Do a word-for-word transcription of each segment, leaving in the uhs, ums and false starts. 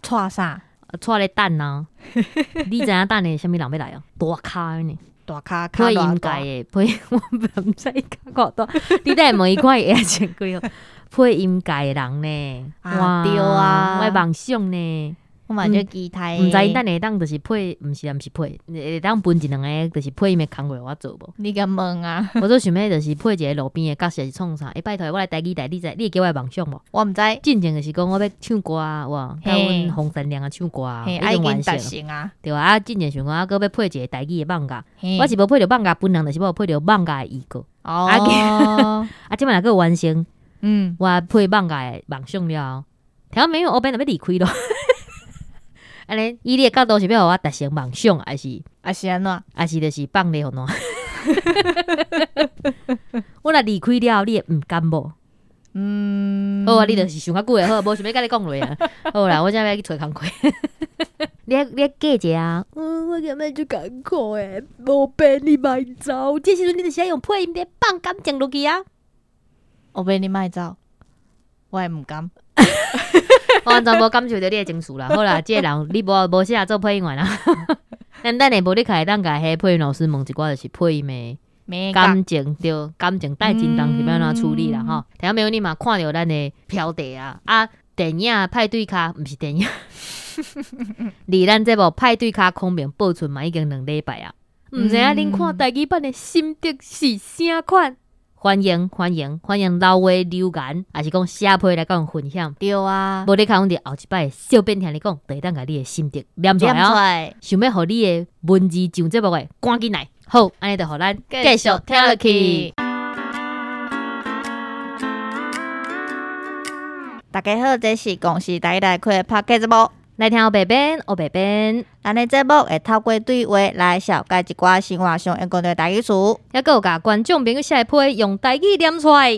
带啥？ 带咧蛋啊！你知影蛋的什么人要来啊？大咖呢？ 大咖配音界的配，我唔知搞大。你等下问伊看伊会穿几号？配音界的人呢？ 啊对啊， 我的梦想呢？ 我嘛就期待。 唔知等下当就是配，唔是啊，唔是配，会当分一两个就是配音的工作我做无？ 你甲问啊？ 我做想要就是配一个路边的角色是创啥？诶，拜托我来台语台，你知你会记我的梦想无？ 我唔知。 真正就是讲我要唱歌啊，哇！甲阮洪山良啊唱歌啊， 迄种完成啊， 对啊，啊，真正想讲啊，搁要配一个台语的放假，我是无配着放假本人，就是无配着放假的预告。 哦， 啊，即摆若搁完成， 嗯， 我配放假的梦想了，听没有？后边就要离开咯。安尼，以你的角度是要互我达成梦想，还是还是安怎？ 还是就是放咧互喏？我若离开了，你会毋甘无？ 嗯， 好啊，你就是想较久诶，好，无想要甲你讲落啊。好啦，我现在要去找工课。你你计者啊？嗯，我今日就艰苦诶，无变你莫走。这时阵你就是要用配音咧放感情落去啊。 我变你莫走，我也毋甘。 我完全无感受到你的情绪啦。好啦，这个人你无无适合做配音员啦。咱等下无你开当甲迄配音老师问一寡就是配音的感情，对感情带真重是要安怎处理啦吼。听没有你嘛看到咱的标题啊啊电影派对卡毋是电影，离咱这部派对卡空明报存嘛已经两礼拜啊。毋知影恁看台语版的心得是啥款？欢迎欢迎欢迎留话留言，还是讲写批来甲阮分享。 对啊， 无你看阮伫后一摆小编听你讲，就会当甲你的心得念出来哦。想要互你的文字上节目的，赶紧来。好，安尼就互咱继续听落去。 大家好，这是公司台来开的 Podcast 节目。 来听白边，哦白边， 咱的节目会透过对话来了解一寡生活上应用的台语词， 还有甲观众朋友写批用台语念出来。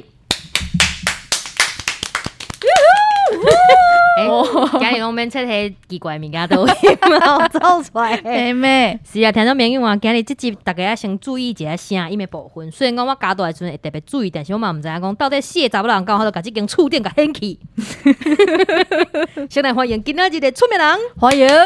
欸，今日拢免切迄奇怪物件都走出来。 妹妹， 是啊，听众朋友啊，今日这集大家要先注意一下声音的部分。虽然讲我加大的时阵会特别注意，但是我嘛毋知影讲到底四个查某人敢有法度甲这间厝顶甲掀起。先来欢迎今仔日的出名人， 欢迎。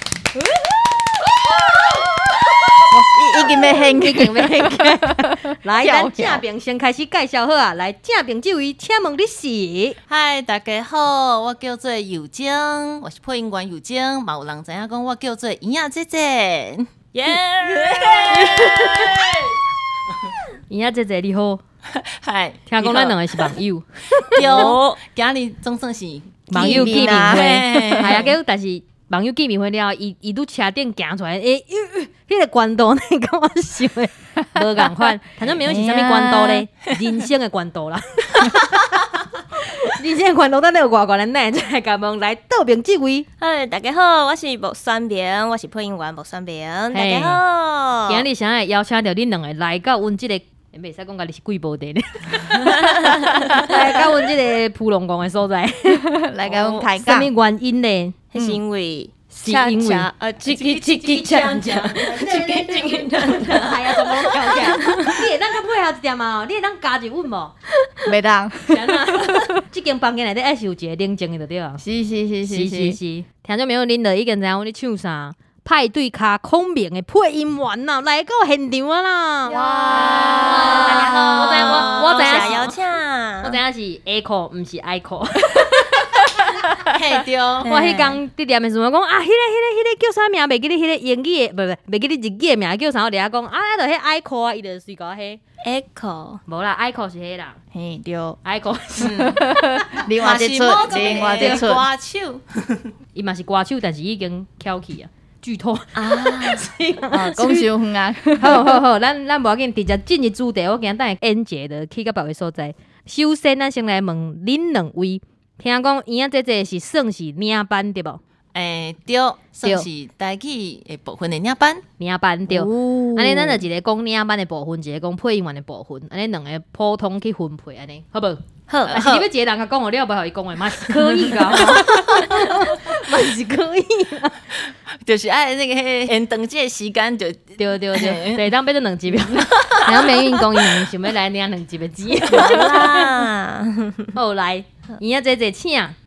已经要掀起， 已经要掀起。来，咱正平先开始介绍好啊。来，正平这位，请问你是？ 嗨，大家好，我叫做尤晶，我是配音员尤晶，嘛有人知影讲我叫做营养姐姐。耶！ 营养姐姐你好， 嗨， 听讲咱两个是网友， 对，今日总算是网友见面会， 系啊，叫但是。网友见面会了，伊伊拄车顶行出来，诶、欸，迄、那个关度呢，跟我想的无共款。听众朋友是啥物关度咧？人生的关度啦。人生的关度，咱有偌悬咱才甲问来倒边这位。 嗨，大家好，我是木酸饼，我是配音员木酸饼。大家好， 今日想要邀请到恁两个来到阮即、这个。袂使讲家己是贵宝地咧，来到阮即个普龙宫的所在， 来甲阮开讲。 什么原因呢？ 是因为， 是因为呃，叽叽叽叽锵锵，叽叽叽叽锵锵， 哎呀，怎么跳起来？你会当较配合一点嘛？你会当加一稳无？ 袂当。 即间房间内底爱是有一个冷静的，就对啊。 是是是是是是。 听众朋友，恁就已经知影我咧唱啥？派对卡孔明的配音员呐，来到现场啊啦！ 哇，大家好， 我知我我知影是邀请， 我知影是 echo， 毋是 echo。 嘿对， 我迄天伫念的时候讲啊，迄、那个、迄、那个、迄、那个叫啥名？袂记得迄个英语的，不不，袂记得日语的名叫啥？我伫遐讲啊，就迄 echo 啊，伊就随讲迄 echo， 无啦 ，echo 是迄啦， 嘿对 ，echo 是另外一出，另外一出歌手， 伊嘛是歌手，但是已经翘起啊。剧透啊， 讲伤远啊！ 好好好，咱咱无要紧，直接进入主题。我今日等下演节的去到别个所在。首先，咱先来问恁两位，听讲伊仔姐姐是算是领班对无？ 诶，对，算是台语的部分的领班， 领班对。安尼咱就一个讲领班的部分，一个讲配音员的部分，安尼两个普通去分配安尼，好无？ 好， 但是你要一个人甲讲，我你要不要伊讲的嘛是可以噶，嘛是可以。 就是爱那个演登记的时间就对对对，对，当变做两集了。然后免运讲伊想要来领两集的钱。 好啦， 好来，伊仔姐姐请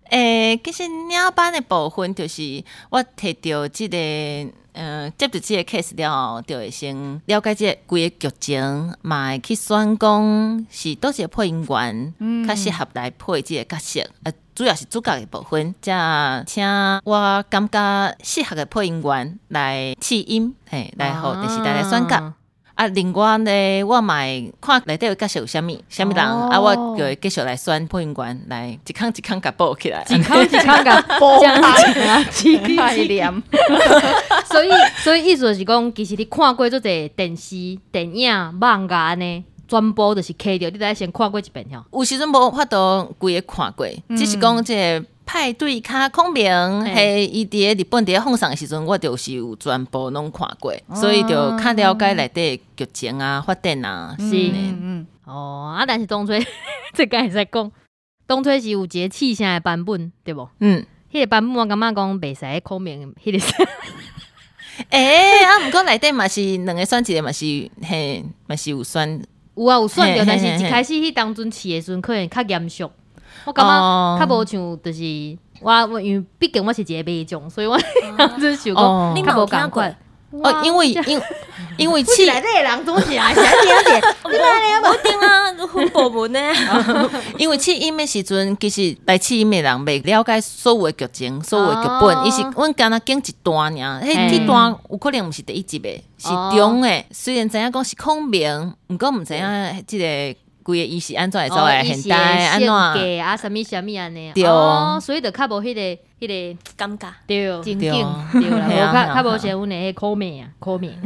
诶，其实领班的部分就是我摕到即、这个。嗯，接到即个 case 了后，就会先了解即个规个剧情，嘛会去选讲是倒一个配音员较适合来配即个角色。呃，主要是主角的部分，才请我感觉适合的配音员来试音，嘿，来互电视台来选角。啊，另外呢，我嘛会看内底的角色有啥物、啥物人，哦、啊，我就会继续来选配音员，来一空一空甲补起来， 一空一空甲补起来， 概念。 所以，所以意思就是讲，其实你看过做侪电视、电影、漫画呢，全部就是摕着，你得先看过一遍吼。 有时阵无法度规个看过，嗯、只是讲即个派对卡孔明，迄伊伫个日本伫个放送的时阵，我就是有全部拢看过，哦、所以就较了解内底剧情啊、发展啊。 是呢，嗯嗯、哦啊，但是当初这刚才在讲，当初是有一个气声的版本，对无？嗯，迄个版本我感觉讲袂使孔明迄个。 诶、欸，啊，毋过内底嘛是两个选一个嘛是嘿，嘛是有选， 有啊有选着，但是一开始迄当阵试的时阵可能较严肃，我感觉较无像就是我我因为毕竟我是一个迷众，所以我当阵想讲较无共款。 哦，因为因因为气内底的人总是啊，想听点，你哪里无定啊，分部门呢？ 因为试音的时阵，其实来试音的人未了解所有的剧情、所有的剧本，伊、哦、是阮敢若经一段尔，迄一段有可能毋是第一集的，是中的。哦、虽然知影讲是孔明，毋过毋知影即个。规个伊是安怎会做诶？现代安怎啊？啥物啥物安尼？对，哦，所以就较无迄个迄个尴尬， 对，情景对啦，较较无像阮诶迄口面啊，口面。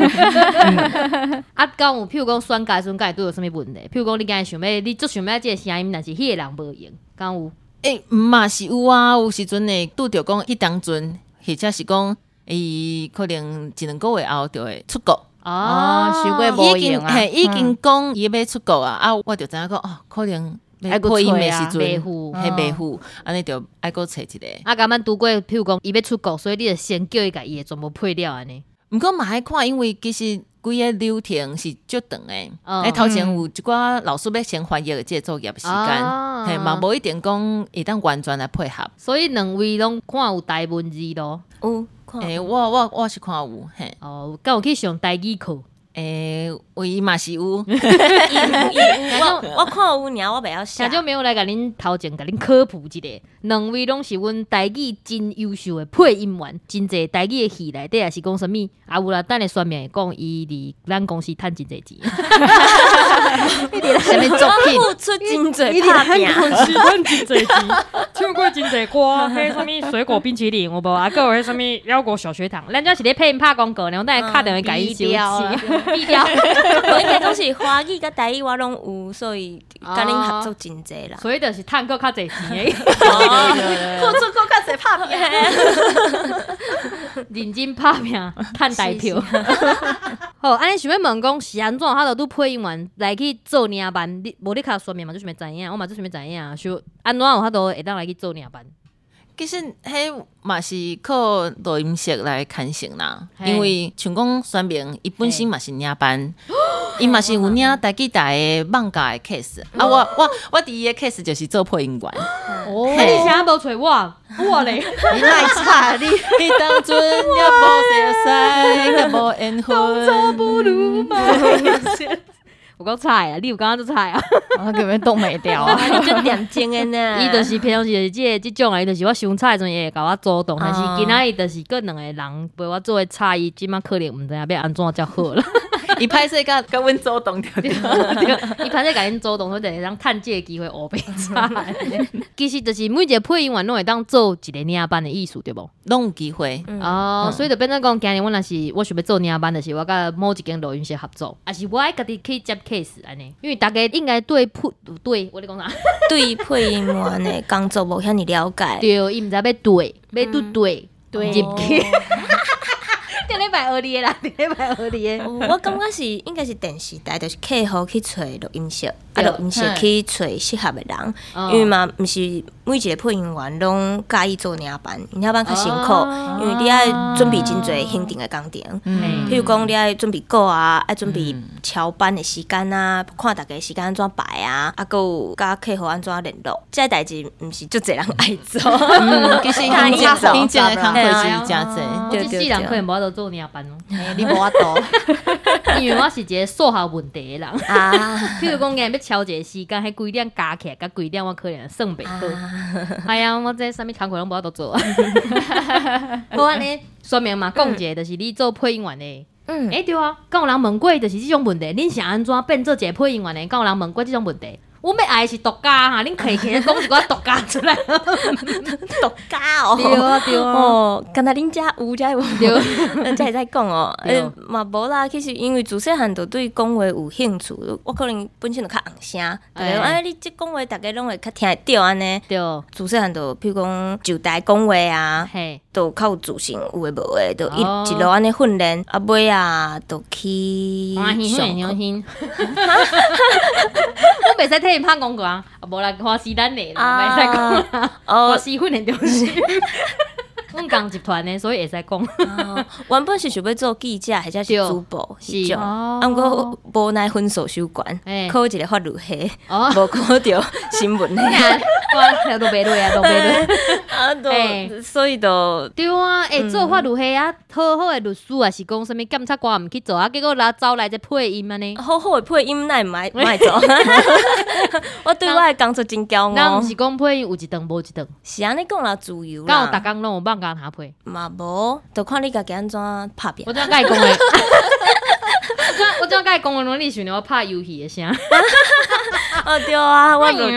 啊，讲有譬如讲选角，选角对有啥物问题？譬如讲你刚才想要，你最想要即个声音，但是迄个人无用，敢有？ 诶，嘛是有啊，有时阵会拄着讲迄当阵，或者是讲伊可能一两个月后就会出国。 哦，想过无用啊！ 已经讲伊要出国啊，啊，我就知影讲哦，可能要配音的时阵， 白户， 迄白户，安尼就爱搁找一个。 啊，敢咱拄过，譬如讲伊要出国，所以你就先叫伊甲伊全部配了安尼。 毋过嘛爱看，因为其实规个流程是足长诶。诶，头前有一寡老师要先翻译即个作业的时间，嘿，嘛无一定讲会当完全来配合。 所以两位拢看有台文字咯。 有。 诶、欸，我我我是看有嘿。 哦，敢有去上台语课？ 诶、欸，有嘛是有。我我看有尔，我袂晓写。 那就没有来甲恁头前甲恁科普一下，两位拢是阮台语真优秀的配音员，真侪台语的戏内底也是讲啥物？啊有啦，等下宣明讲伊伫咱公司趁真侪钱。 啥物作品？ 付出真侪拍拼， 公司趁真侪钱，唱过真侪歌，迄啥物水果冰淇淋，有无？啊，还有迄啥物腰果小学堂，咱这是咧配音拍广告呢，我等下敲电话甲伊收钱。低调， 我应该讲是华语甲台语我拢有，所以甲恁合作真侪啦。 所以就是趁够较侪钱诶， 付出够较侪拍拼，认真拍拼，趁台票。好，安尼想要问讲是安怎，他都配音员来去做领班，你无你较说明嘛，就想要知影，我嘛就想要知影，想安怎有他都会当来去做领班。 其实迄嘛是靠录音室来牵成啦，因为像讲宣明伊本身嘛是领班，伊嘛是有领台记台的放假的 case，啊我我我第一个 case 就是做配音员。 哦，你啥无找我？我嘞， 你太差你， 你当阵也无熟悉，也无缘分， 动作不如嘛。有够菜啊！你有刚刚做菜啊？ 我根本冻没掉啊！ 你就点睛的呢？ 伊就是平常时就是即个即种啊，伊就是我伤菜的时阵，伊会甲我主动，但是今仔日就是各两个人陪我做的菜，伊即摆可能毋知影要安怎才好了。 伊歹势甲甲阮主动着着， 伊歹势甲恁主动，所以就让趁这个机会学白菜。其实就是每一个配音员拢会当做一个领班的意思，对无？ 拢有机会、 嗯、哦、嗯，所以就变成讲，今日我若是我想要做领班，就是我甲某一间录音室合作，还是我爱家己去接 case 安尼，因为大家应该对配对，我咧讲啥？ 对配音员的工作无遐尼了解， 对，伊毋知要对，要对对对入去。 顶礼拜学你的啦，顶礼拜学你的。 我感觉是应该是电视台，就是客户去找录音室，啊，录音室去找适合的人， 哦因为嘛，毋是每一个配音员拢介意做领班，领班较辛苦， 哦因为你爱准备真侪行程的工程， 嗯譬如讲你爱准备歌啊，爱准备敲班的时间啊，看大家时间安怎排啊，啊，还有甲客户安怎联络，这代志毋是足侪人爱做。 嗯，其实他听也走听见的工嘿课啊是真济。 我对一世人可能无法度做领班哦， 欸你无法度， 因为我是一个数学问题的人。 啊， 譬如讲，今日要敲一个时间，迄几点加起来，甲几点我可能算袂好。哎呀，我这啥物工课拢无法度做啊。好安尼，说明嘛，讲一个就是你做配音员的。 嗯， 诶、对啊，敢有人问过就是即种问题，恁是安怎变做一个配音员的？敢有人问过即种问题？阮要爱的是独家哈，恁可以起来讲一寡独家出来。 独家哦， 对啊对啊哦，敢若恁遮有遮有， 对才会使讲哦。 对诶，嘛无啦，其实因为自细汉就对讲话有兴趣，我可能本身就较红声，大家讲哎哎，你即讲话大家拢会较听会着安尼。 对， 自细汉就譬如讲就台讲话啊， 嘿， 都较有自信，有诶无诶，就一哦一路安尼训练，啊尾啊，就去欢喜上欢课。 喜。我袂使替伊拍广告啊，啊无啦，花师咱的啦，袂使讲啦， 哦花师训练中心。阮共集团的，所以会使讲。 哦原本是想要做记者，或者是对主播是迄种， 哦啊，毋过无奈分数收悬嘿， 考一个法律系， 哦无考着新闻系。 我都袂落啊，都袂落。 啊， 嘿都所以就对啊，诶、做法律系啊，好好的律师啊，是讲啥物检察官毋去做啊，结果拉走来这配音安尼。 好好的配音，那毋爱毋爱做。我对我的工作真骄傲咱毋。是讲配音有一顿无一顿， 是安尼讲啦，自由敢有逐啦， 工拢有放假他配。 嘛无，就看你家己安怎拍拼我。怎甲伊讲诶？我怎甲伊讲诶？拢你想着我拍游戏的声。 哦，对啊，我就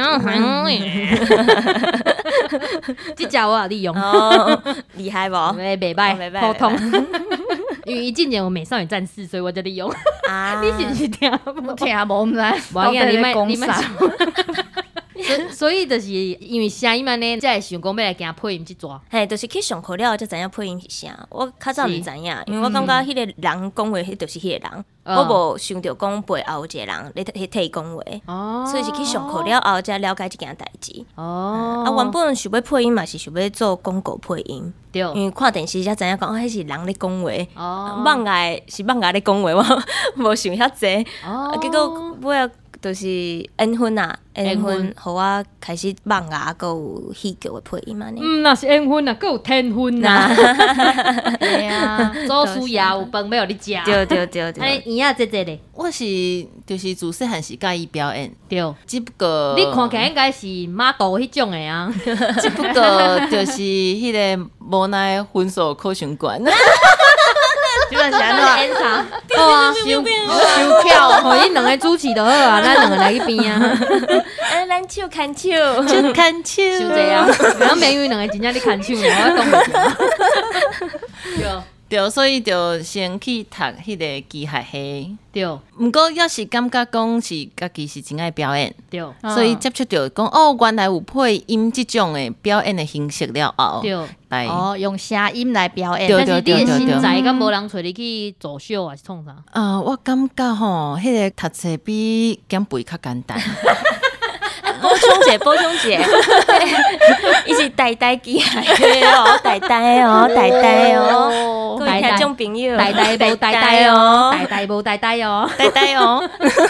即只我有利用， 哦，厉害无？ 袂袂歹， 袂歹普通。因为伊进前有美少女战士，所以我就利用。 啊， 你是毋是听无？ 我听无毋知， 无影你莫讲你莫啥？ 所所以就是因为声音安尼，才会想讲要来行配音即抓。 嘿，就是去上课了才知影配音是啥。我较早毋知影，因为我感觉迄个人讲话，迄就是迄个人， 哦我无想着讲背后有一个人咧替替讲话， 哦所以是去上课了后才了解即件代志。 哦， 啊，原本想要配音嘛，是想要做广告配音， 对因为看电视才知影讲，哦，迄是人咧讲话。 哦， 网外是网外咧讲话，我无想遐济， 哦啊结果尾啊就是缘分啊，缘缘分分，互我开始网外，还有戏剧的配音安尼。 嗯，若是缘分啊，佫有天分呐。对啊，做事也有饭要互你食。 对对对安尼对， 圆啊，这这咧， 我是就是自细汉是介意表演， 对。 只不过你看起来应该是马道迄种的啊。 只不过就是迄个无奈分数考上悬。 基本是安怎？ 演场，好啊，收收巧，互伊两个主持就好啊，咱两个来去边啊， 啊，咱手牵手， 就看手， 就这样。咱朋友两个真正咧牵手，我讲袂出。对对，所以就先去读迄个机械系。 对毋过要是感觉讲是家己是真爱表演， 对所以接触到讲哦，原来有配音即种的表演的形式了后， 对。 来哦，用声音来表演。 对但是你的对对身材敢无人找你去走秀还是创啥？ 啊、我感觉吼，迄、个读册比减肥较简单。 补充姐，补充姐，伊是呆呆机械的哦，呆呆哦，呆呆哦，各位听众朋友， 呆呆无呆呆哦，呆呆无呆呆哦。 呆呆哦，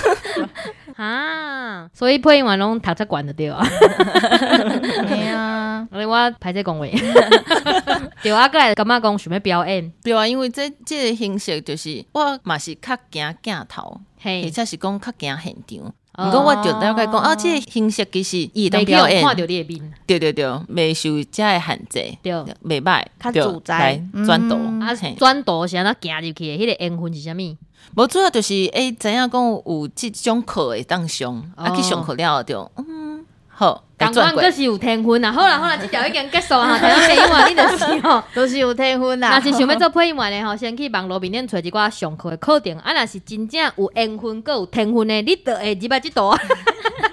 啊，所以配音员拢读册悬就对啊。 对啊， 我我歹势讲话。对啊，个来感觉讲想要表演， 对啊，因为这这个形式就是我嘛是较惊镜头， 嘿或，者是讲较惊现场。 哦毋过我就了解讲，啊，这个形式其实伊当袂表演， 去有看到你的面。 对对对，袂受遮的限制， 对袂歹，对较自在来转导。 啊嘿， 转导是安怎行入去的？迄个缘分是啥物？ 无主要就是诶，知影讲有即种课会当上，啊哦去上课了后就嗯好，来感转过觉佫是有天分啊！好啦好啦，即条已经结束啊！听到配音员你就是吼， 都是有天分啦。 若是想要做配音员的吼，先去网络面顶找一寡上课的课程。啊，若是真正有缘分，佫有天分的，你就会入来即度啊！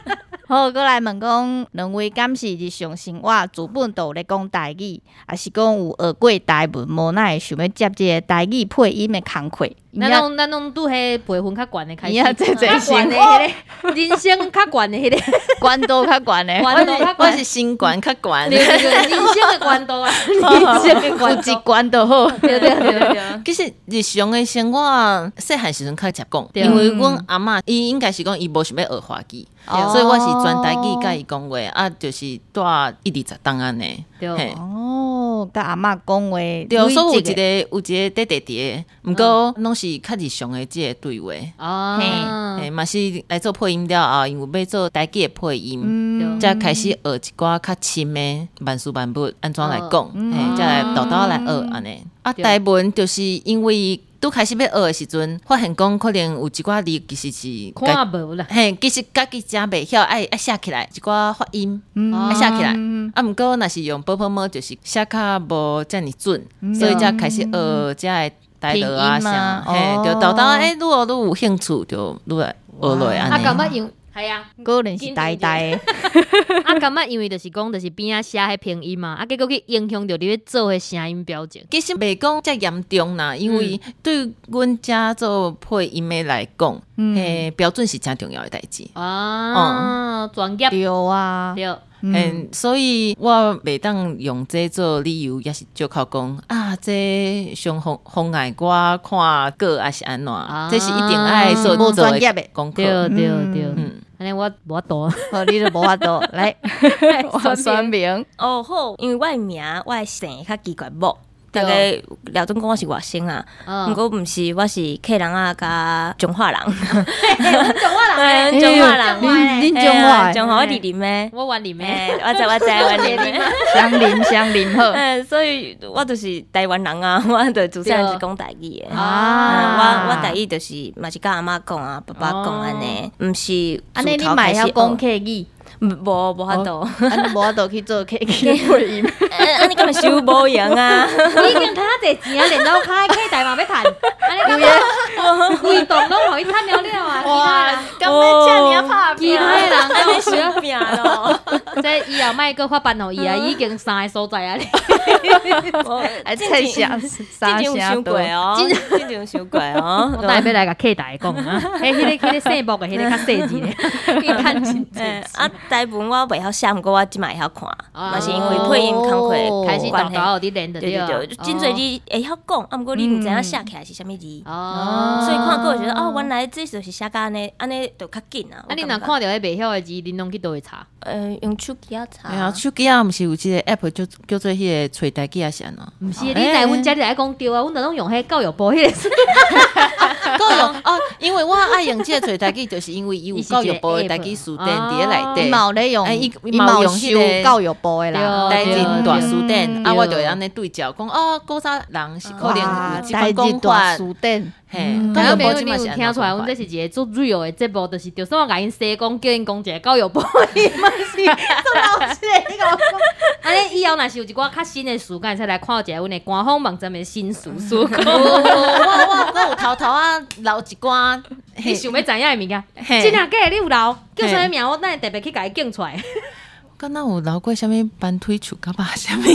好，过来问讲，两位敢是日常生活主本都有咧讲台语，还是讲有学过台文，无哪会想要接这个台语配音的工课？ 咱拢咱拢拄迄辈分较悬的开始， 这这较悬的迄个，人生较悬的迄个， 关度较悬的， 关度较悬， 我是心管较悬， 对对对，人生的关度啊，人生的关度， 有一关就好。 对对对对。 其实日常的生活，细汉时阵较常讲， 对因为阮阿嬷伊应该是讲伊无想要学华语， 哦所以我是专台语甲伊讲话，啊，就是住一二十档安尼。 对嘿哦，甲阿嬷讲话， 对，所以有一个有一个弟弟弟，毋过拢是较日常的即个对话。 哦， 嘿，嘛是来做配音了后，因为要做台语的配音， 嗯， 才开始学一寡较深的万事万物安怎来讲， 嗯嘿，才来豆豆来学安尼。啊， 对台文就是因为拄开始要学的时阵，发现讲可能有一寡字其实是看无啦， 嘿，其实家己真袂晓，爱爱写起来一寡发音， 嗯爱写起来。啊，毋过若是用波波猫，就是写较无遮尔准，所以才开始学遮个台语啊拼音啥， 嘛嘿， 哦就豆豆诶，愈学愈有兴趣，就愈来学落啊， 安尼。 感觉因系啊， 可能是呆呆的。 啊，感觉因为就是讲，就是边仔写迄拼音嘛，啊，结果去影响到你咧做迄声音表情。 其实袂讲遮严重啦，因为对阮遮做配音的来讲，嘿，标准是真重要的代志。 啊，专业对啊， 对， 嗯，所以我袂当用这做理由，也是就靠讲啊，这上妨妨碍我看歌还是安怎，这是一定爱做无做专业的功课。 对对嗯对， 嗯， 安尼我无法度。 好，你就无法度来我酸明。 哦好，因为我的名我的姓较奇怪无。大概廖总讲我是外省啊，毋过毋是，我是客人啊，甲中华人， 中华人中华人， 恁恁中华的中华我伫啉诶， 我玩里面， 诶，我知我知我伫啉。 相邻相邻好。 嗯，所以我就是台湾人啊，我的主持人是讲台语的。 啊我我台语就是嘛是甲阿妈讲啊，爸爸讲安尼，毋是安尼你嘛晓讲客语， 无无法度， 安尼无法度去做客语配音。 安尼根本收无用啊！ 你已经趁啊侪钱啊，连到开客台嘛要趁，安尼感觉规栋拢互伊趁了了啊！ 哇， 敢要遮尔拍其他的人安尼收拼咯。 这以后莫搁发办互伊啊，已经三个所在啊！ 还猜想真三正有想过哦，真正有想过哦。 我等下要来甲客台讲啊，迄迄个迄个细幕的，迄个较细字的，去趁钱诶，啊，台文我袂晓写，毋过我即摆会晓看， 哦嘛是因为配音工课开始关系。 搞搞有伫练的对对对，真侪字会晓讲，啊，毋过你毋知影写起来是啥物字， 哦， 所以看过会觉得哦，原来这就是写甲安尼，安尼就较紧啊。 啊，你若看到迄袂晓的字，恁拢去倒去查？ 呃用手机啊查， 哎呀，手机啊，毋是有一个 app 叫叫做迄个吹台机啊，是安怎？ 毋是，你来阮遮你来讲对啊，阮都拢用迄教育部迄个。 教育哦，因为我爱用这个吹台机，就是因为伊有教育部的台机书店伫咧内伊底。 嘛有咧用， 哎伊伊嘛有嘛有用迄收个教育部的啦。 台对真大书店， 嗯啊，我就会安尼对照，讲哦，古早人是可能有即款讲大法， 书店， 嘿， 嗯然后朋友你教育部即嘛是有听出来，阮阮这是一个做 real 的节目，就是就算我甲因西讲，叫因讲一个教育部，伊嘛是做老师的，你甲我讲。安尼以后若是有一寡较新的事，敢会使来看一下阮的官方网站的新事书。 我我我有偷偷啊留一寡， 你想要知影的物件， 嘿真啊假的你有留？叫啥物名？我等下特别去甲伊拣出来。 敢若有留过啥物班推出甲吧啥物？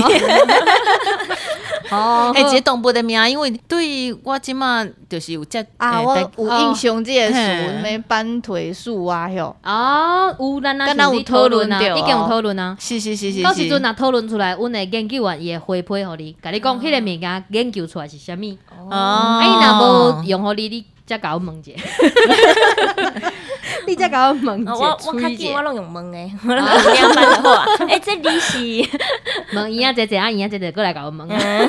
哦嘿，一个动物的名，因为对我即马就是有这啊，我有印象这个嘿书，咩班腿树啊，吼， 哦，有咱若敢若有是讨论啊， 讨论到哦已经有讨论啊。 是是是是， 到时阵若讨论出来，阮会研究完伊会回配互你，甲你讲迄个物件研究出来是啥物。 哦， 啊，伊若无用互你，你才甲我问者。你才甲我问我我较吹者， 紧我拢用问诶，我拢用两班就好啊。诶，这你是问伊啊，姐姐啊，伊啊，姐姐过来甲我问。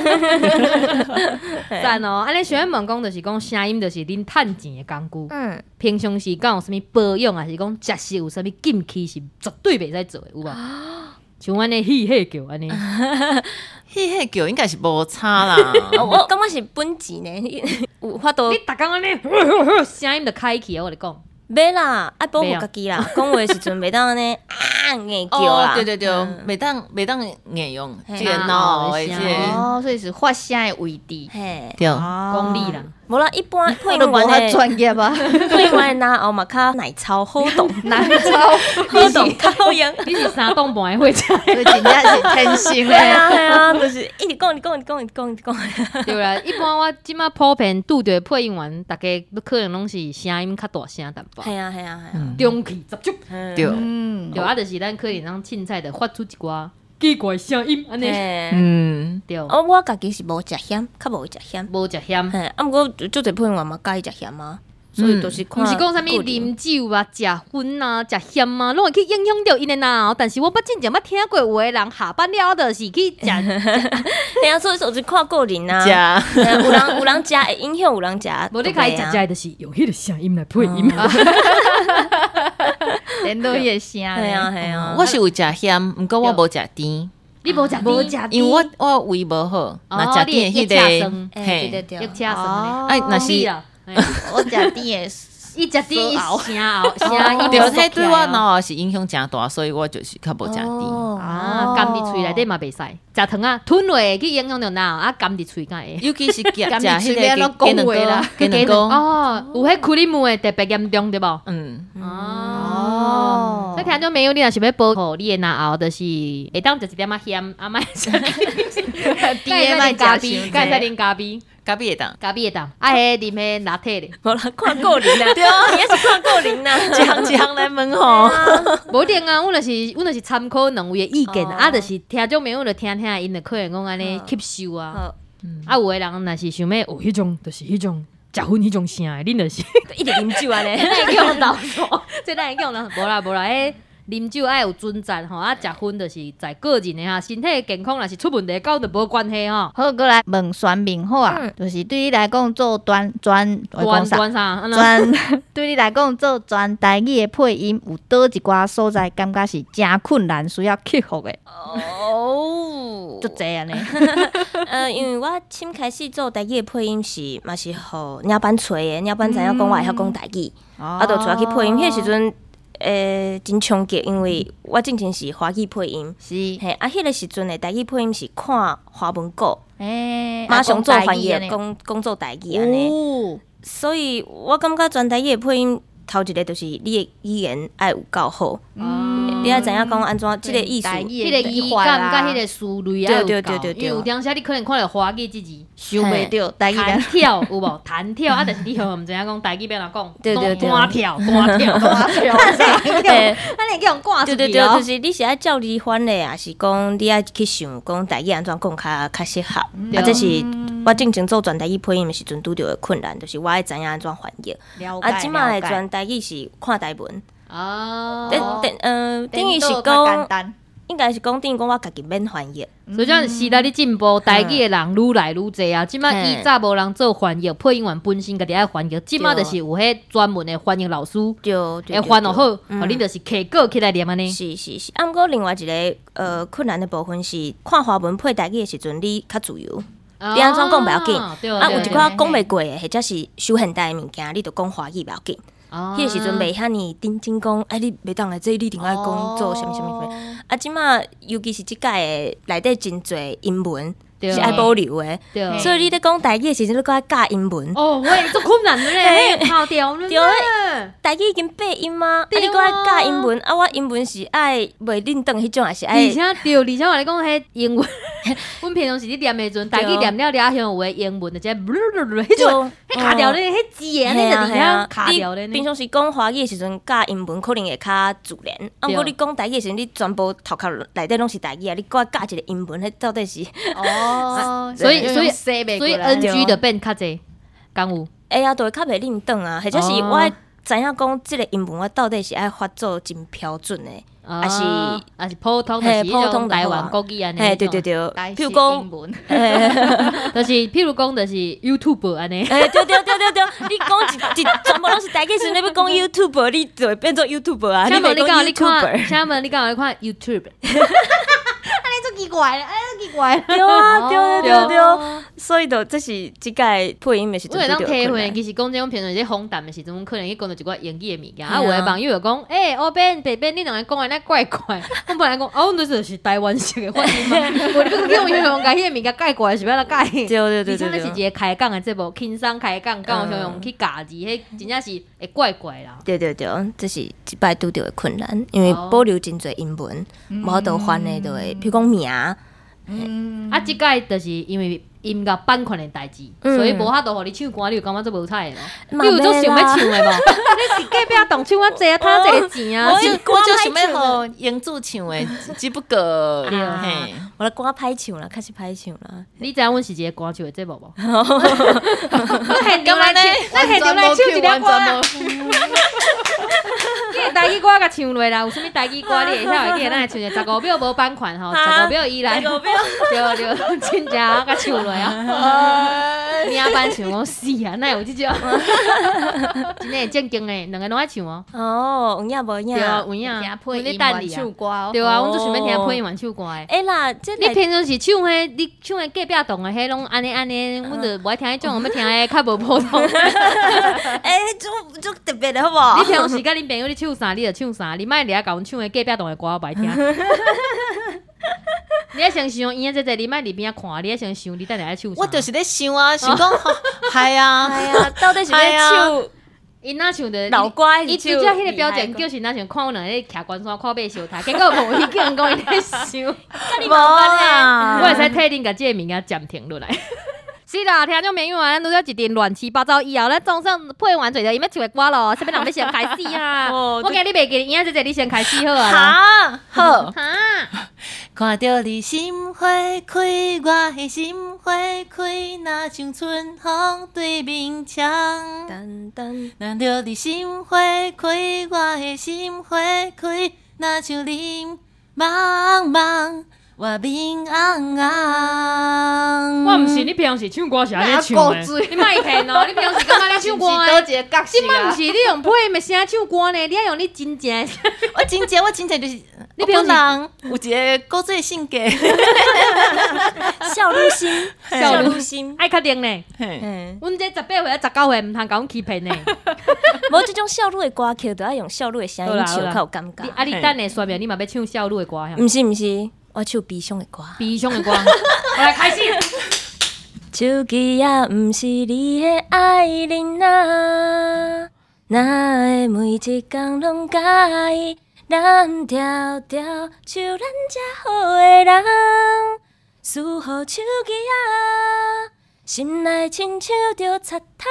赞哦！安尼想要问讲，就是讲声音，就是恁趁钱的工具。 嗯， 平常时敢有啥物保养，还是讲食食有啥物禁忌是绝对袂使做的，有无？像安尼戏戏叫安尼， 迄迄叫应该是无差啦。 我感觉是本钱呢，有法度你逐工安尼声音就开起啊！我咧讲， 袂啦，爱保护家己啦。讲话的时阵袂当安尼啊硬叫啦， 对对对，袂当袂当硬用这个脑的这个， 哦，所以是发声的位置， 嘿， 对， 功力啦。 无啦，一般配都无较音员的专业啊， 配音员的拿后嘛较奶超好动， 难超， 好动较好用。 你是三栋半的会讲， 所以真正是天性对诶。 啊对啊，就是一直讲一直讲一直讲一直讲一直讲。 对啦。一般我即马普遍拄着配音员，大家可能拢是声音较大声淡薄， 系啊系啊系啊， 中气十足。 对， 嗯， 对啊，就是咱可能让凊彩的发出一寡奇怪声音安尼。 嘿。 嗯， 对， 哦，我家己是无食咸，较无会食咸。 无食咸。 嘿，啊，毋过就侪配音员嘛，介意食咸啊，所以就是看毋是讲啥物个人啉酒啊、食薰啊、食咸啊，拢会去影响到因的脑。但是我捌真正捌听过有的人下班了，就是去食。 嘿啊，所以就是看个人啊。 加嘿啊有人有人食会影响，有人食无你开食食就是用迄个声音来配音。 连到迄个声。 系啊系啊， 我是有食咸，毋过我无食甜， 你无食无甜， 因为我我胃无好，若食甜迄你会夜车个， 酸嘿对嘿， 对对， 要车酸哦哎，若是你啦，嘿我食甜的， 伊食甜伊熬声熬声音对， 就迄对我脑是影响诚大，所以我就是较无食甜。 哦啊，含伫喙内底嘛袂使，食糖啊吞落去影响到脑，啊含伫喙敢会。 尤其是食甘食迄蔗水个鸡卵拢讲话啦糕，鸡卵糕， 哦，有迄克里姆的特别严重对无？ 嗯， 哦，所以听众朋友，你若想要保护你的脑后，就是会当食一点仔咸，啊，莫食甜的莫咖啡， 食伤该使济。 啉咖啡， 咖啡会当， 咖啡会当，啊，迄啉迄拿铁的， 无啦，看个人啊，对啊，也是看个人啊， 一项一项来问吼。 无一定啊，阮就是阮就是参考两位的意见， 哦啊，就是听众朋友就听听，因就可能讲安尼吸收啊。 好啊，有的人若是想要有迄种，就是迄种食薰迄种声的，恁就是一直啉酒安尼。 咱会叫人投诉，这咱会叫人无啦无啦，迄啉酒爱有尊赞吼，啊，食薰就是在个人的哈，身体健康若是出问题，跟就无关系吼。 好，过来问选民好啊，就是对你来讲做专专端端啥？安怎专对你来讲做专台语的配音，有倒一寡所在感觉是真困难，需要克服的， 哦就这样呢。 呃，因为我先开始做台语的配音是，嘛是互鸟班吹的，鸟班知影讲我会晓讲台语，啊，就出来去配音。迄时阵，诶，真冲击，因为我之前是华语配音， 是， 嘿，啊，迄个时阵的台语配音是看华文稿， 诶， 马上做翻译啊，讲台语的呢讲讲做台语安尼。 哦， 所以我感觉全台语的配音，头一个就是你的语言爱有够好， 嗯， 你爱知影讲安怎即个意思。 台语迄个语感甲迄个思虑啊， 对对对对对因为有当时你可能看到华语字字。 想袂到台语弹的跳有无？弹跳啊，但是你可能毋知影讲台语要哪讲， 对对对单跳单跳， 大跳， 嘿咱会叫人挂出对对对， 去哦就。是你是爱照你翻的，也是讲你爱去想讲台语安怎讲较较适合。 对啊，这是我正经做全台语配音的时阵拄着的困难，就是我爱知影安怎翻译。 了解啊，即摆的了解全台语是看台文， 哦， 等等，呃，等于是颠倒较简讲， 单， 应该是讲等于讲我家己免翻译。 所以讲时代咧进步，台语的人愈来愈侪啊。即摆以早无人做翻译，配音员本身家己爱翻译，即摆就是有迄专门的翻译老师对对会翻学好， 嗯哦，恁就是摕稿起来念安尼。 是是是，啊，毋过另外一个呃困难的部分是看华文配台语的时阵，你较自由。你安怎讲不要紧， 哦对啊，有一对寡讲袂过的，或者是修现代的物件，你就讲华语不要紧。 哦迄个时阵袂遐尼定睛讲，哎，你袂当来这，你一定爱讲做啥物啥物啥物。啊，即马尤其是即届的内底真侪英文对是爱保留的， 对。 所以你咧讲台语的时阵，你搁爱教英文。 哦，喂，做困难的咧，跑掉了对咧。 台语已经八音吗？啊， 对啊你搁爱教英文，啊，我英文是爱袂认同迄种，也是而爱。 且对，而且我咧讲迄英文，阮平常时咧念的时阵，台语念了了，像有诶英文，就即迄种迄卡掉咧，迄字诶， 嘿啊你就伫嘿啊遐卡掉咧你平呢。 常时讲华语的时阵，教英文可能会较自然。啊，毋过对你讲台语的时阵，你全部头壳内底拢是台语啊，你搁教一个英文，迄到底是？ 哦， 所以所以所所以 N G 就变较济，敢有？ 哎呀，就会较袂认同啊，或者是哦我爱知影讲即个英文，我到底是爱发作真标准的，还是啊还是普通，就嘿是迄普通就好啊种台湾国语安尼。 嘿，对对，对， 台式譬如讲英，文， 就是譬如讲，就是 YouTube 安尼。 哎，对对对对对，你讲一一全部拢是台语时，你要讲 YouTube，你就会变做 YouTuber 啊， 请问你袂讲敢有你看？ YouTuber。 请问你敢有你看 YouTube？ 足奇怪，哎，足奇怪。 对啊，对对对对， 哦所以就这是即个配音的时我会当阵拄着体会， 困难。 其实讲这种片段，这风淡的时阵，阮可能去讲到一寡演技的物件。啊，有的朋友就讲，诶、欸，欧边、北边，你两个讲的那怪怪。我本来讲，哦，那就是台湾式的发音嘛。我你讲用用甲迄个物件改过来，是要来改。 对对对而且对对。 那是一个开讲的节目，轻松开讲，讲像用去教字，迄真正是会怪怪啦。 对对对，这是即摆拄着的困难，因为保留真侪英文，无法度翻的，就会，譬如讲名， 啊，即届就是因为音乐版权的代志， 嗯所以无法度互你唱歌，你有感觉做无彩的咯？ 嘛你有做想要免啦唱的无？你伫隔壁栋唱啊济啊，赚济钱啊！ 我就是我就想要互英主唱诶，只不过嘿， 我的歌歹唱啦，开始歹唱啦。 你知影阮是一个歌唱的节目无？咱现场来唱，咱现场来唱一条歌啊！你的台语歌甲唱落啦，有啥物台语歌你会晓会记？咱来唱一个十五秒无版权吼，十五秒以内，对对，真正甲唱落啊！领班唱我死啊，哪有即种？真诶正经诶，两个拢爱唱哦。 哦，有影无影对？啊，有影， 听配音阮咧等你啊。 玩唱歌哦。 对啊，阮哦就想要听配音玩唱歌诶。 哎啦，这你平常是唱迄，你唱迄隔壁栋诶，迄拢安尼安尼，阮就无爱听迄种，我要听迄较无普通。 哎，就就特别的好不好？ 你平常时甲恁朋友你唱啥，你就唱啥，你莫掠甲阮唱迄隔壁栋诶歌我袂听。你爱先想伊啊，这这你莫伫边仔看，你爱先想你等下爱唱啥。 我就是咧想啊，想讲，系啊， 哎呀，到底是要唱因哪唱的老歌还是伊唱拄则迄个表厉害歌情就是哪像看阮两个徛关山看马小台，结果无伊叫人讲伊咧想， 无啦？ 我会使替恁甲即个物件暂停落来。是啦，听众朋友啊，咱拄则一阵乱七八糟以后，咱总算配完做着伊要唱的歌咯，啥物人要先开始啊？ 哦我惊你袂记得，影仔这这你先开始好啊。 哈好。 哈， 看到你心花开，我的心花开，若像春风对面窗。 噔噔， 看到你心花开，我的心花开，若像林茫茫，我面红红。 我毋是你平常时唱歌是安尼唱的，你莫骗哦，你平常时感觉咧唱歌倒的。 一个角色啊即摆毋是？你用配音的声唱歌呢，你要用你真正的声。 我真正，我真正就是你平常人有一个古锥性格。 笑入心，笑入心。 爱确定呢。 嘿嗯， 阮这十八岁、十九岁，毋通甲阮欺骗呢。 无这种笑入的歌曲，都要用笑入的声音唱，较有感觉。 你啊，你等下说明你嘛要唱少女的歌呀？ 毋是毋是，我唱悲伤的歌。 悲伤的歌。我来开始。 手机也毋是你的爱人啊，哪会每一工拢介意蓝条条像咱这好的人，输互手机啊，心内亲像着插头。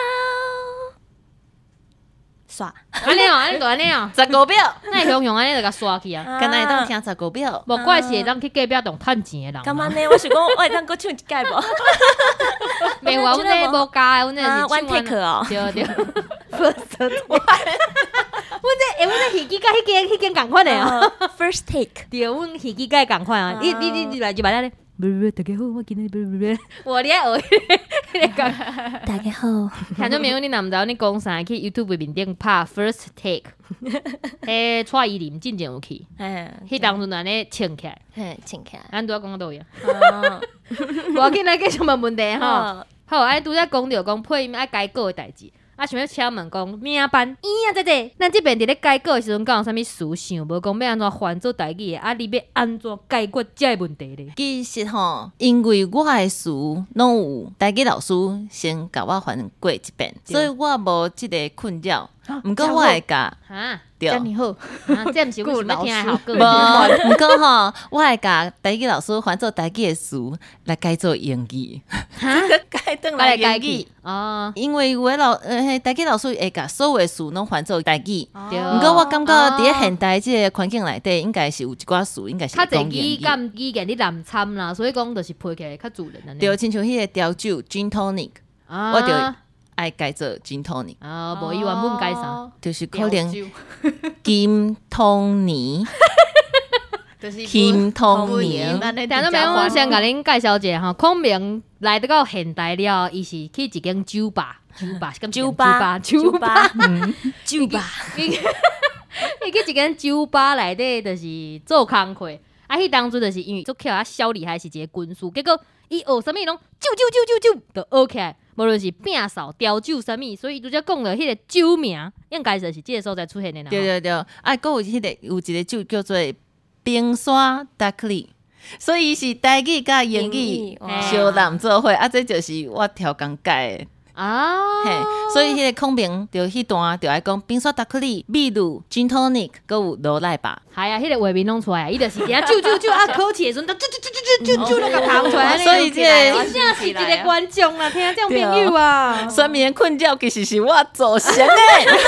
煞， 安尼哦，安尼就安尼哦。 十五秒， 那雄雄安尼就甲刷去啊。 敢若会当听十五秒。 无怪是会当去隔壁栋趁钱的人。 干嘛呢？我想讲，我会当搁唱一届无？ 袂话，阮这无加，阮这是啊，one 唱完 take 哦。 对对。阮这，诶，阮这耳机甲迄间迄间共款的哦。 First take， 对，阮耳机甲共款啊。你你你你来就来咧。不不，大家好，我今日不不不，我咧学迄个讲。 大家好。 听众朋友，你若毋知你讲啥，去 YouTube 面顶拍 First Take， 迄蔡依林真正有去， 嗯， 迄当阵安尼唱起来， 嘿，请起来。 咱拄仔讲到倒位啊？ 哦， 无要紧，咱继续问问题吼。 好， 好，安拄则讲着讲配音爱改稿的代志。啊，想要请问讲名班，咦啊，姐姐，咱即边伫咧改稿的时阵，敢有啥物事想无讲要安怎翻做台语的？啊，你要安怎解决这个问题咧？ 其实吼，因为我的词拢有台语老师先甲我翻过一遍，所以我无即个困扰。毋过我会甲哈， 对， 遮尔好， 啊，这毋是阮想要听的好歌。 无，毋过吼，我会甲台语老师翻做台语的词来改做英语， 哈， 改转来来英语改去。哦， 因为有的老呃，迄台语老师会甲所有的词拢翻做台语。 对。 毋过我感觉伫咧现代即个环境内底，应该是有一寡词应该是较讲英侪语语。 感语言你难参啦，所以讲就是配起来较自然安尼。 对，亲像迄个调酒 gin tonic， 啊， 我就爱改做 gin tonic， 啊，无伊原本改啥？ 就是可能调酒金通尼， 就是金通尼。 听众朋友，我先甲恁介绍一下吼，孔明来得到现代了，伊是去一间酒吧，酒吧， 酒吧， 酒吧， 酒吧， 伊伊去一间酒吧内底，就是做工课。 啊，迄当初就是因为足巧啊，小厉害是一个军师，结果伊学啥物拢啾啾啾啾啾，就学起来。无论是摒扫、调酒啥物，所以拄则讲了迄个酒名，应该就是即个所在出现的啦。 对对对，啊，佫有迄、那个有一个酒叫做冰沙达克利，所以是台语甲英语相谈做伙，啊，这就是我调工改的。 啊， 嘿，所以迄个孔明就迄段就爱讲冰沙达克利、秘鲁、gin tonic， 佮有罗赖吧。 系啊，迄、那个画面弄出来，伊就是伫遐啾啾啾啊，口气的时阵，啾啾啾啾啾啾那个弹出来， 所以这个真正是一个观众啊，听这种朋友啊， 酸眠困觉其实是我造成的。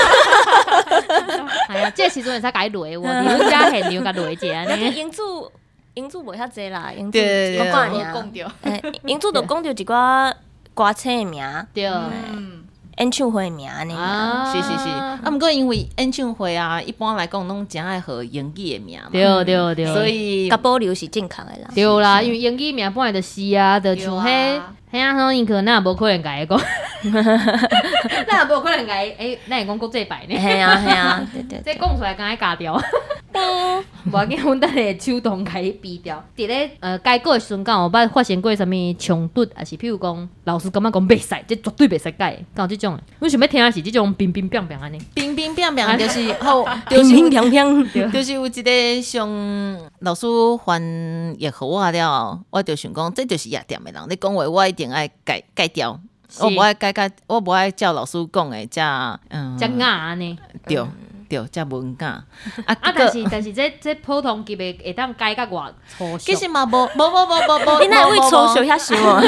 哎呀，这时阵会使改雷，我你们家现场甲雷一下呢。 英主英主无遐济啦，英主对一寡我尔讲着， 诶，英主就讲着一寡歌星的名， 对， 演唱会的名安尼。 啊， 是是是，啊，毋过因为演唱会啊，一般来讲拢真爱学英语的名嘛， 对对对， 所以甲保留是正确的啦。 对啦，因为英语名本来就是啊，就像迄。嘿啊，迄因可咱也无可能甲伊讲，咱也无可能甲伊，诶，咱会讲国际牌呢。 嘿啊嘿啊，对对这讲出来敢爱加掉。无要紧，阮等下手动甲伊避掉。伫咧呃改稿的时阵，敢有捌发生过啥物冲突，还是譬如讲老师感觉讲袂使，这绝对袂使改，敢有即种的？阮想要听的是即种冰冰冰冰安尼。 冰冰冰冰就是好， 平平平平， 就是有一个上老师翻译互我了，我就想讲，这就是夜店的人，你讲话我一定爱改改掉，我无爱改改，我无爱照老师讲的遮嗯， 遮雅安尼。 对对，遮文雅啊。 啊，但是但是这这普通级的会当改甲偌粗俗。 其实嘛无无无无无无， 你哪会粗俗遐想哦？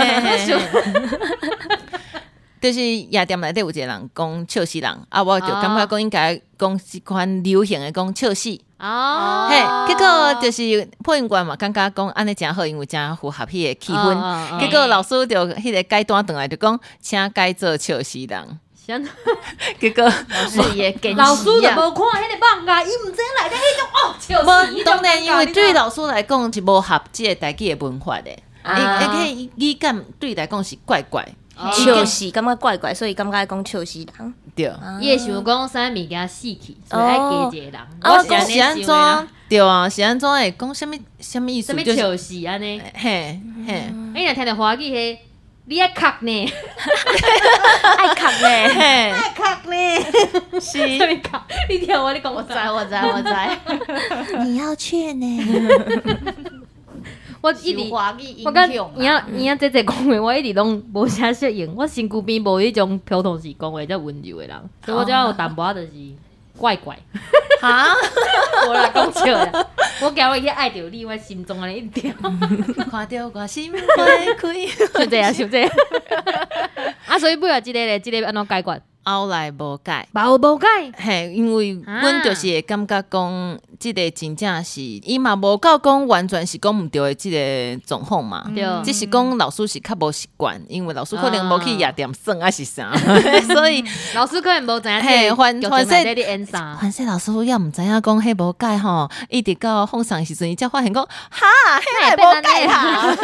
就是夜店内底有一个人讲笑死人，啊，我就感觉讲应该讲一款流行的讲笑死。 哦， 嘿，结果就是配音员嘛，感觉讲安尼真好，因为真符合迄个气氛。 哦哦、 结果老师就迄个改单转来就讲，请改做笑死人。结果老师也给老师就无看迄个网啊，伊毋知内底迄种哦笑死。 当然，因为对老师来讲是无合即个台语的文化的，伊迄个语感对来讲是怪怪。 笑死，感觉怪怪，所以感觉讲笑死人。 对， 伊会想讲啥物件死去，所以爱加一个人。 我讲是安怎？对啊，是安怎会讲啥物啥物意思？ 啥物笑死安尼？ 嘿嘿， 哎，若听着华语迄，你爱哭呢？ 爱哭呢？ 爱哭呢？ 是啥物哭？你听我，你讲我知我知我知， 你要去呢？ 我一直， 华语英我讲雄你啊你啊，这这讲话，我一直拢无啥适应。我身躯边无迄种普通时讲话遮温柔的人，所以我只有淡薄仔就是怪怪。 哈， 无啦，讲笑啦。我今日去爱着你，我心中安尼一条， 看到我心开开， 想这样想这样。啊，所以尾啊，即个咧，即个安怎解决？ 后来无改， 无无改， 嘿，因为阮就是会感觉讲，即个真正是伊嘛无够讲完全是讲毋对的即个状况嘛， 对， 只是讲老师是较无习惯，因为老师可能无去夜店耍啊是啥，所以老师可能无知影嘿，反反正你演啥， 反正老师要毋知影讲迄无改吼，一直到放送时阵，伊才发现讲，哈，迄个无改哈。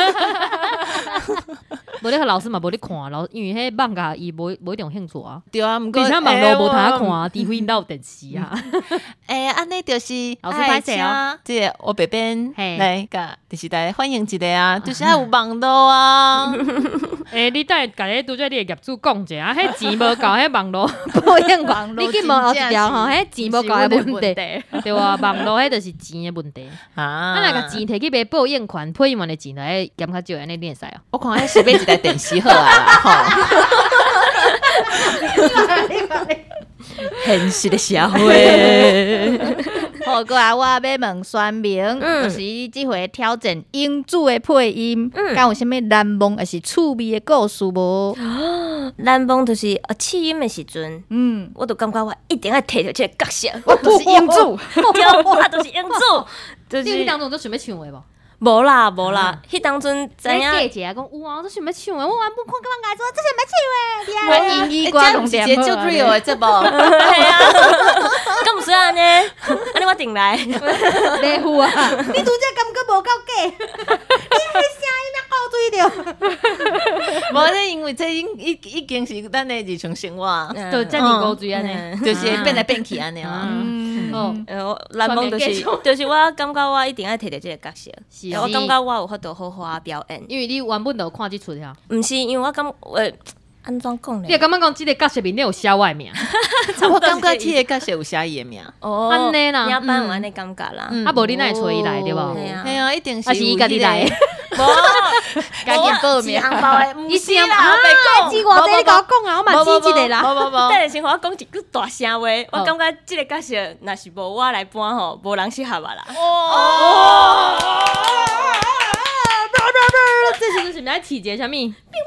无咧，老师嘛无咧看，老因为迄网咖伊无无一定有兴趣啊。 对啊，毋过而且网络无通看啊，除非因兜有电视啊。 诶，安尼就是老师歹势啊， 即个我北边来甲电视台欢迎一个啊，就是还有网络啊。 诶，你等下甲迄拄则你的业主讲者啊，迄钱无够，迄网络播映网络， 你去问后一条吼，迄钱无够的问题，对啊，网络迄就是钱的问题。啊，啊，若甲钱摕去买播映权，配音员的钱就爱减较少，安尼你会使哦。 我看迄是买一台电视好啊啦，吼。现实的社会。 好，过来我要问宣明， 嗯就是即回挑战英主的配音，敢、嗯、有啥物难忘还是趣味的故事无？ 难忘就是呃试音的时阵， 嗯， 我就感觉我一定要摕到这个角色， 我就是英主， 对，我就是英主，就是你当中都想要唱话无？ 无啦无啦，迄当阵知影。 姐姐讲有啊，我想要唱话，我原本看甲我说这想要唱话， 我英语歌拢直接就 real 的这部， 系啊，咁唔算安尼，安尼我定来。 礼物啊， 你拄则感觉无够假，你迄声音若够水着， 无咧，因为这已已已经是咱的日常生活， 就遮尔古锥安尼， 就是会变来变去安尼啊。 哦， 呃，难忘就是就是我感觉我一定爱摕着即个角色， 是我感觉我有法度好好啊表演。 因为你原本就有看即出呀， 毋是因为我感呃安怎讲咧？ 你感觉讲即个角色面你有写我的名， 我感觉这个角色有写伊的名， 哦， 安尼啦领班有安尼感觉啦。 啊无你哪会找伊来对无？ 对啊系啊，一定是还是伊家己来的？ 无， 赶紧报名红包的， 伊是啦， 啊， 别知我这你甲我讲啊，我嘛知即个啦。 无无无， 等下先互我讲一句大声话，我感觉即个角色若是无我来搬吼，无人适合啊啦。 哦， 这时阵是毋是爱起一个啥物？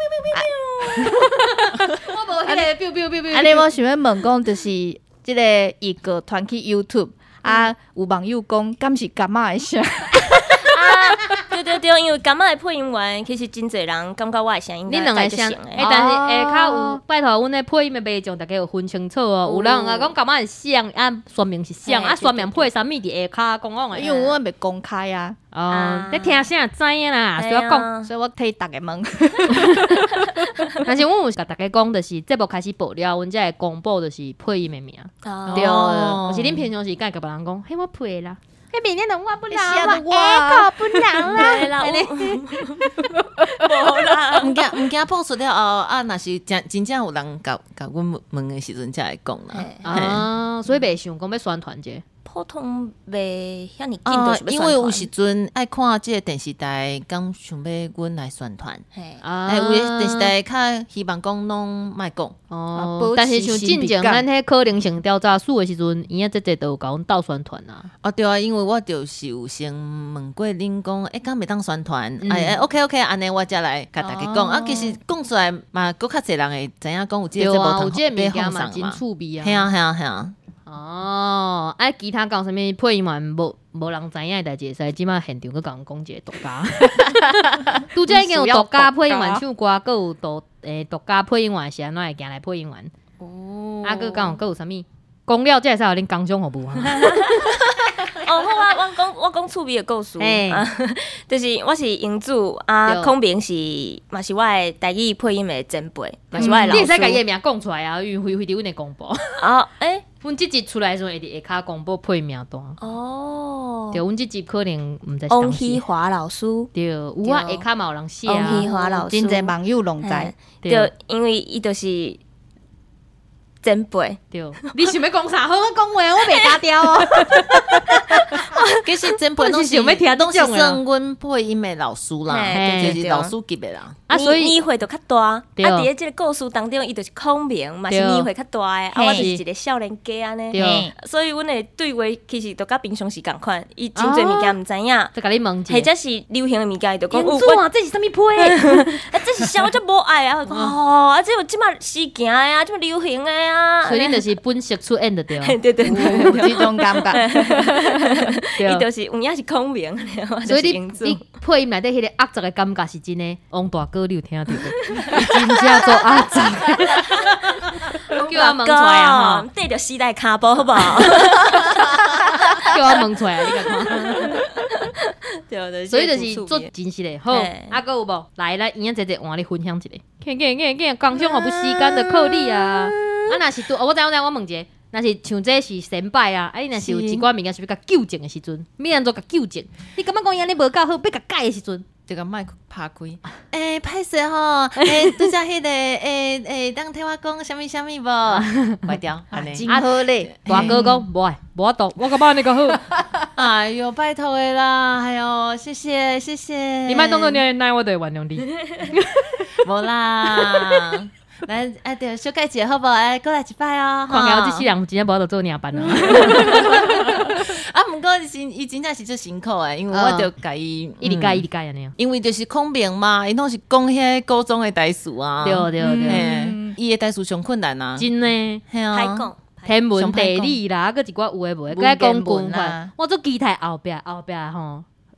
我无迄个 biu biu biu biu。 安尼我想要问讲，就是即个一个团去 YouTube 啊，有网友讲，敢是干嘛的声？ 啊，对对对，因为感觉的配音员其实真侪人感觉我的声音恁两个声，诶，但是下骹有拜托阮的配音的卖将，大家有分清楚哦。有人啊讲感觉很像，啊，说明是像，啊，说明配啥物伫下骹讲讲的。 因为我袂公开啊， 哦，你听声知影啦，需要讲。 所以我替大家问。 但是阮有甲大家讲，就是节目开始播了，阮才会公布就是配音的名。 对， 就是恁平常时敢甲别人讲，嘿，我配啦。迄明天的我不能， 我下个不能啦。 对啦，无啦， 毋惊毋惊播出了后啊，若是真真正有人甲甲阮问的时阵才会讲啦。 啊，所以袂想讲要宣传者。 普通袂遐尼紧， 啊就是， 因为有时阵爱看即个电视台，讲想要阮来宣传， 嘿， 哎，有的电视台较希望讲拢莫讲。 哦，但是像进前咱迄可能性调查数的时阵，伊啊这这都有甲阮斗宣传啊。 哦，对啊，因为我就是有先问过恁讲，诶，敢袂当宣传？哎哎 ，OK OK， 安尼我才来甲大家讲。啊，其实讲出来嘛，佫较侪人会知影讲有即个节目有即个物件嘛， 通上真趣味啊。 系啊系啊系啊。 哦，啊，其他讲啥物配音员无无人知影的代志，会使即摆现场佫甲人讲一个独家。拄则已经有独家配音员唱歌，佫有独诶独家配音员是安怎会行来配音员？哦，啊，佫讲有佫有啥物？讲了才会使互恁工商服务啊。 哦，好啊，我讲我讲趣味的故事，啊，就是我是英主啊，孔明是嘛是我的台语配音的前辈，嘛是我的老师。 你会使甲伊的名讲出来啊，因为非非伫阮的公布。 啊，诶， 阮即集出来的时阵会伫下骹公布配名单。 哦， 对，阮即集可能毋知是王希华老师， 对，有啊，下骹嘛有人写啊。 王希华老师， 真侪网友拢知。 对，因为伊就是前辈。 对，你想要讲啥？好，我讲话，我袂打掉哦。 其实前辈拢是想要听拢是这种的算阮配音的老师啦，就是老师级的啦。 啊，所以年岁就较大，啊， 对伫咧即个故事当中，伊就是孔明，嘛是年岁较大诶，啊，我就是一个少年家安尼。 对， 所以阮的对话其实都甲平常时共款，伊真侪物件毋知影， 再甲你问者， 或者是流行的物件，伊就讲， 哦，我这是啥物配？ 啊，这是啥我则无爱啊，哦，啊，这有即马时行的啊，即马流行的啊， 所以恁就是本色出演的对。 对对对， 有即种感觉。 伊就是有影是孔明， 所以你你配音内底迄个压杂的感觉是真的，王大哥你有听到无？伊真正做压杂，叫我问出来啊！ 缀着时代骹步好不好？ 叫我问出来，你甲看。 对对， 所以就是做真实的，好，啊，搁有无？来来，营养姐姐换你分享一个，看看看看，工商服务时间的靠你啊！啊，若是拄，我知我知，我问者，若是像这是先拜啊，啊，你若是有一寡物件是要甲纠正的时阵，要安怎甲纠正？你感觉讲安尼无够好，要甲改的时阵， 这个麦克拍开，诶，歹势吼，诶，拄则迄个，诶诶，当替我讲啥物啥物无？坏掉，安尼。 真好咧， 大哥讲无爱，无法度，我感觉安尼较好。 哎呦，拜托的啦，哎呦，谢谢谢谢。 你莫当做你的奶，我就会原谅你。 无啦。来，哎，对，小解一下好无？哎，过来一摆哦。 看起来我这世人真正无法度做领班了。 啊，毋过真伊真正是最辛苦诶，因为我着甲伊一直改一直改安尼。 因为就是孔明嘛，伊拢是讲遐高中诶台词啊。 对对对， 伊诶台词上困难啊。 真诶， 系啊。 歹讲。 天文地理啦，佮一寡有诶无诶，佮讲军法，我做机台后壁后壁吼，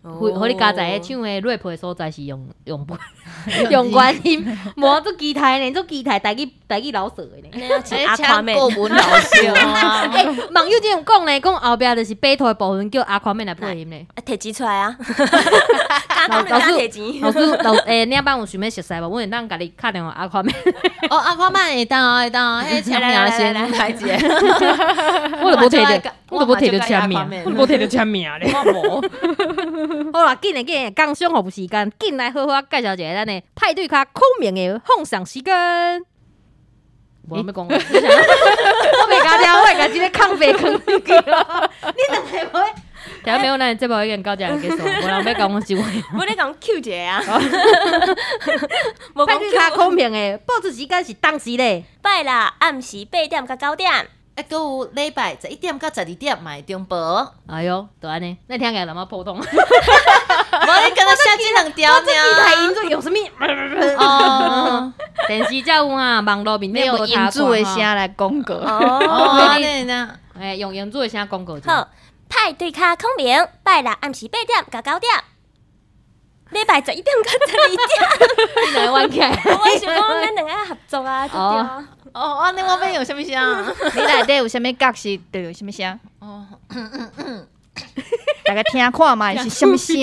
互互你加在唱的 rap 的所在是用用用原音，无做机台呢，做机台台语台语老色的呢。 你要请阿夸妹， 国文老师啊， 哎，网友这样讲呢，讲后壁就是背头的部分叫阿夸妹来配音呢。 摕钱出来啊！ 老老师摕钱， 老师老诶，你班有想要熟悉无？我会当家己敲电话阿夸妹。 哦，阿夸曼会当会当，迄签名先来一个， 我都无摕着，我都无摕着签名，我都无摕着签名咧。 我无。 好啦，紧诶紧诶，刚上服务时间，紧来好好介绍一下咱的派对卡孔明的放上时间。我要讲，我袂甲听，我会甲即个空白坑进去咯。你两个无？听没有？咱这部已经到这结束，无人要讲我收话。 我咧讲 Q 一下啊！ 派对卡孔明的报纸时间是当时咧， 拜啦，暗时八点到九点。 啊，搁有礼拜十一点到十二点嘛会中播。 哎哟，就安尼，咱听起来那么普通。 无你敢若写这两条我这机台音准用什么？ 哦， 电视才有啊，网络面顶没有音主的声来广告。 哦，安尼呢？ 哎，用音主的声广告。 好，派对卡孔明，拜六暗时八点到九点，礼拜十一点到十二点。 你两个玩起来。 我想讲咱两个合作啊，对啊。 哦，安尼我要用什么声？ 你内底有啥物角色，就用啥物声。 哦， 大家听看嘛，是啥物声？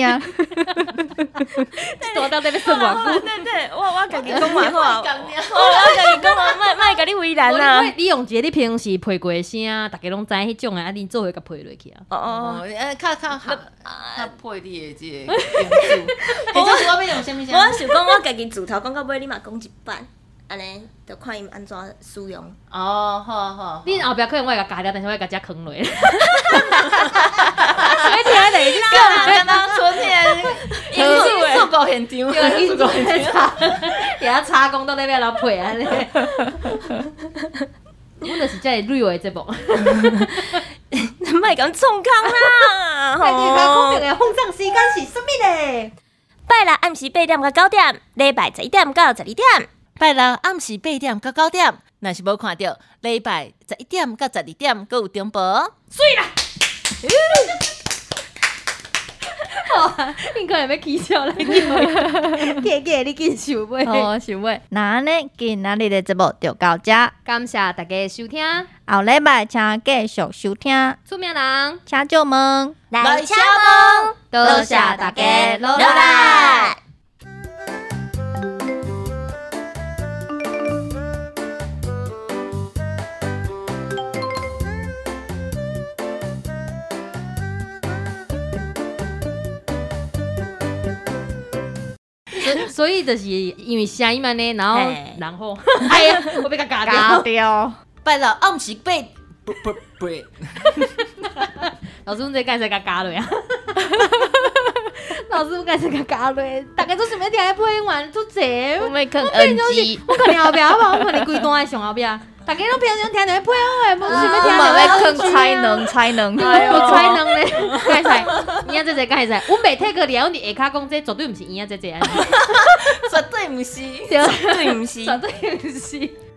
多到底要算偌久？ 对对，我我家己讲嘛好啊，我我家己讲嘛，莫莫甲你为难啊。 你用一个你平时配过的声，大家拢知迄种的，啊，你做伙甲配落去啊。 哦哦， 哦，呃，较较合，较配你的即个音主。迄就是我要用什么声？ 我想讲我家己自头讲到尾，你嘛讲一半，安尼就看伊安怎使用。 哦，好好。 你后壁可能我会甲加掉，但是我会甲遮坑落。所以听下你刚刚刚春天音主速够现场， 音主在查，给他查讲到底要哪配安尼。我就是遮会 real 的节目。 莫咁冲康啦！ 派对卡孔明的放送时间是什么咧？ 拜六暗时八点到九点，礼拜十一点到十二点。 拜六暗时八点到九点，若是无看到，礼拜十一点到十二点，搁有重播。 水啦！好啊，你可能要起笑来叫，记记你紧收尾。 哦，想尾。那安尼，今仔日的节目就到这， 感谢大家的收听， 后礼拜请继续收听。 出名人请借问， 来敲门， 多谢大家努力。所以就是因为声音安尼，然后然后，哎呀，我被他嘎加掉。 掉。 拜六暗时八，不不不， 老师，阮这干啥甲加落啊？老师，阮干啥甲加落？大家都想要听迄配音员做济， 我们看我 N G， 我可能后壁好不好？我可能规段爱上后壁。大家都平常听着配音员，无想要听我们要看着才能才能。 哎呦，才能咧，该使，影仔姐姐该使，阮袂退过了，阮伫下骹讲，这绝对毋是影仔姐姐， 绝对毋是， 绝对毋是， 绝对毋是。